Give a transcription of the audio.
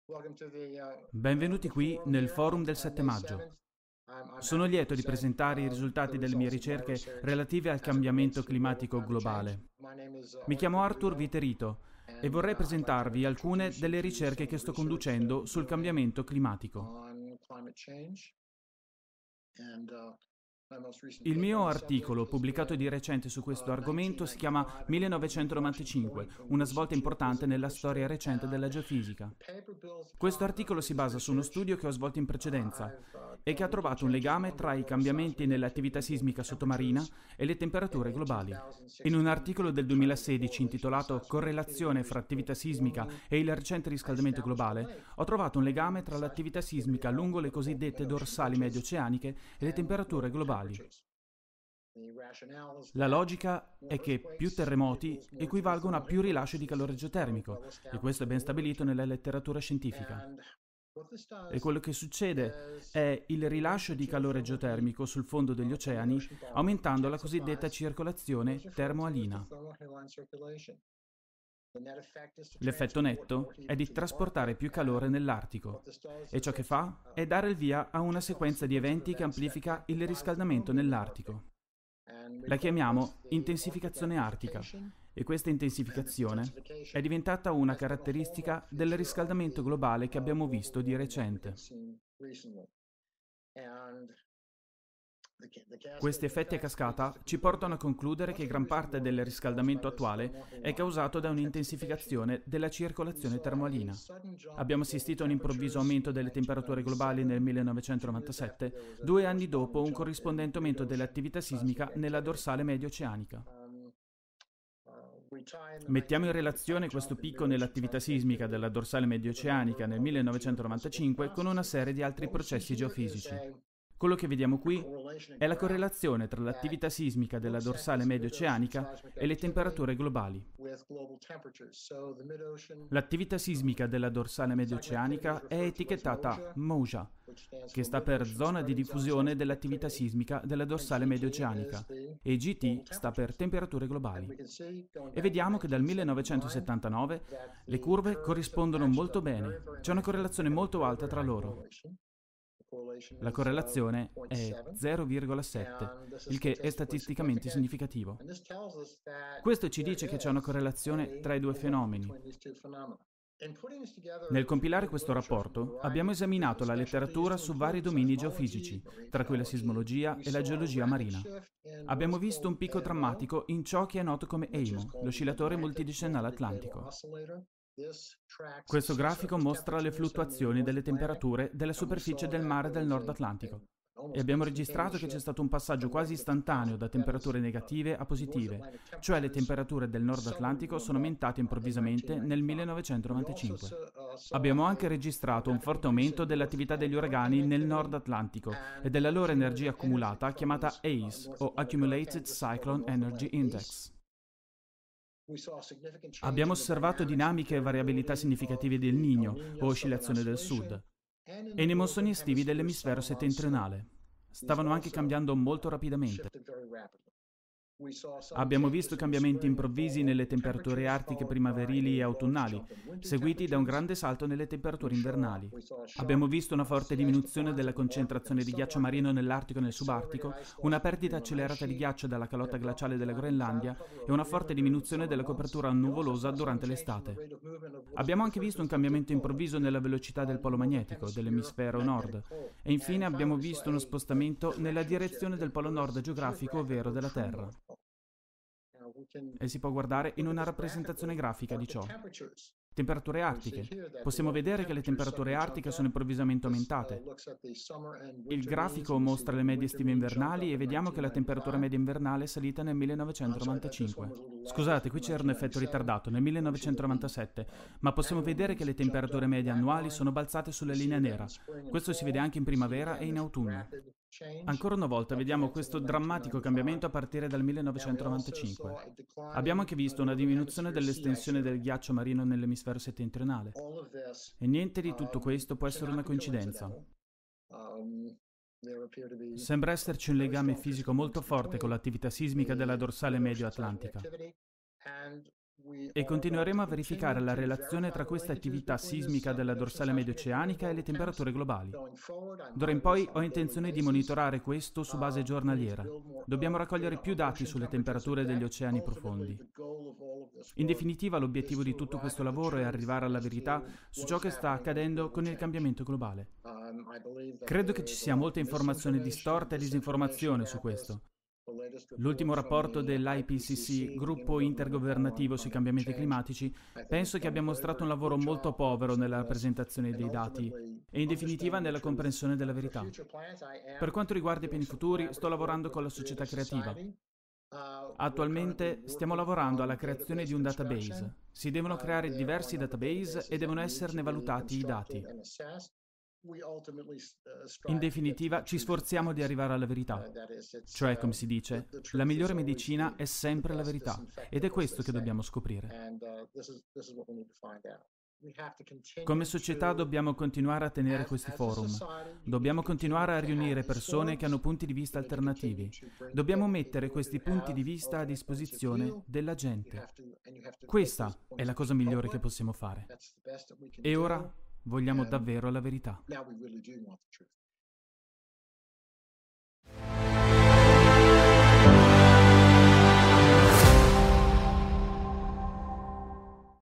Benvenuti qui nel forum del 7 maggio. Sono lieto di presentare i risultati delle mie ricerche relative al cambiamento climatico globale. Mi chiamo Arthur Viterito e vorrei presentarvi alcune delle ricerche che sto conducendo sul cambiamento climatico. Il mio articolo, pubblicato di recente su questo argomento, si chiama 1995, una svolta importante nella storia recente della geofisica. Questo articolo si basa su uno studio che ho svolto in precedenza e che ha trovato un legame tra i cambiamenti nell'attività sismica sottomarina e le temperature globali. In un articolo del 2016 intitolato Correlazione fra attività sismica e il recente riscaldamento globale, ho trovato un legame tra l'attività sismica lungo le cosiddette dorsali medioceaniche e le temperature globali. La logica è che più terremoti equivalgono a più rilascio di calore geotermico, e questo è ben stabilito nella letteratura scientifica. E quello che succede è il rilascio di calore geotermico sul fondo degli oceani, aumentando la cosiddetta circolazione termoalina. L'effetto netto è di trasportare più calore nell'Artico, e ciò che fa è dare il via a una sequenza di eventi che amplifica il riscaldamento nell'Artico. La chiamiamo intensificazione artica, e questa intensificazione è diventata una caratteristica del riscaldamento globale che abbiamo visto di recente. Questi effetti a cascata ci portano a concludere che gran parte del riscaldamento attuale è causato da un'intensificazione della circolazione termoalina. Abbiamo assistito a un improvviso aumento delle temperature globali nel 1997, 2 anni dopo un corrispondente aumento dell'attività sismica nella dorsale medio-oceanica. Mettiamo in relazione questo picco nell'attività sismica della dorsale medio-oceanica nel 1995 con una serie di altri processi geofisici. Quello che vediamo qui è la correlazione tra l'attività sismica della dorsale medio-oceanica e le temperature globali. L'attività sismica della dorsale medio-oceanica è etichettata MOJA, che sta per zona di diffusione dell'attività sismica della dorsale medio-oceanica, e GT sta per temperature globali. E vediamo che dal 1979 le curve corrispondono molto bene, c'è una correlazione molto alta tra loro. La correlazione è 0,7, il che è statisticamente significativo. Questo ci dice che c'è una correlazione tra i due fenomeni. Nel compilare questo rapporto abbiamo esaminato la letteratura su vari domini geofisici, tra cui la sismologia e la geologia marina. Abbiamo visto un picco drammatico in ciò che è noto come EIMO, l'oscillatore multidecennale atlantico. Questo grafico mostra le fluttuazioni delle temperature della superficie del mare del Nord Atlantico e abbiamo registrato che c'è stato un passaggio quasi istantaneo da temperature negative a positive, cioè le temperature del Nord Atlantico sono aumentate improvvisamente nel 1995. Abbiamo anche registrato un forte aumento dell'attività degli uragani nel Nord Atlantico e della loro energia accumulata chiamata ACE o Accumulated Cyclone Energy Index. Abbiamo osservato dinamiche e variabilità significative del Niño, o oscillazione del Sud, e nei monsoni estivi dell'emisfero settentrionale. Stavano anche cambiando molto rapidamente. Abbiamo visto cambiamenti improvvisi nelle temperature artiche primaverili e autunnali, seguiti da un grande salto nelle temperature invernali. Abbiamo visto una forte diminuzione della concentrazione di ghiaccio marino nell'Artico e nel subartico, una perdita accelerata di ghiaccio dalla calotta glaciale della Groenlandia e una forte diminuzione della copertura nuvolosa durante l'estate. Abbiamo anche visto un cambiamento improvviso nella velocità del polo magnetico dell'emisfero nord e infine abbiamo visto uno spostamento nella direzione del polo nord geografico, ovvero della Terra. E si può guardare in una rappresentazione grafica di ciò. Temperature artiche. Possiamo vedere che le temperature artiche sono improvvisamente aumentate. Il grafico mostra le medie stime invernali e vediamo che la temperatura media invernale è salita nel 1995. Scusate, qui c'era un effetto ritardato, nel 1997, ma possiamo vedere che le temperature medie annuali sono balzate sulla linea nera. Questo si vede anche in primavera e in autunno. Ancora una volta vediamo questo drammatico cambiamento a partire dal 1995. Abbiamo anche visto una diminuzione dell'estensione del ghiaccio marino nell'emisfero settentrionale. E niente di tutto questo può essere una coincidenza. Sembra esserci un legame fisico molto forte con l'attività sismica della dorsale medio atlantica. E continueremo a verificare la relazione tra questa attività sismica della dorsale medio-oceanica e le temperature globali. D'ora in poi ho intenzione di monitorare questo su base giornaliera. Dobbiamo raccogliere più dati sulle temperature degli oceani profondi. In definitiva, l'obiettivo di tutto questo lavoro è arrivare alla verità su ciò che sta accadendo con il cambiamento globale. Credo che ci sia molta informazione distorta e disinformazione su questo. L'ultimo rapporto dell'IPCC, gruppo intergovernativo sui cambiamenti climatici, penso che abbia mostrato un lavoro molto povero nella presentazione dei dati e in definitiva nella comprensione della verità. Per quanto riguarda i piani futuri, sto lavorando con la società creativa. Attualmente stiamo lavorando alla creazione di un database. Si devono creare diversi database e devono esserne valutati i dati. In definitiva, ci sforziamo di arrivare alla verità. Cioè, come si dice, la migliore medicina è sempre la verità, ed è questo che dobbiamo scoprire. Come società dobbiamo continuare a tenere questi forum. Dobbiamo continuare a riunire persone che hanno punti di vista alternativi. Dobbiamo mettere questi punti di vista a disposizione della gente. Questa è la cosa migliore che possiamo fare. E ora vogliamo davvero la verità.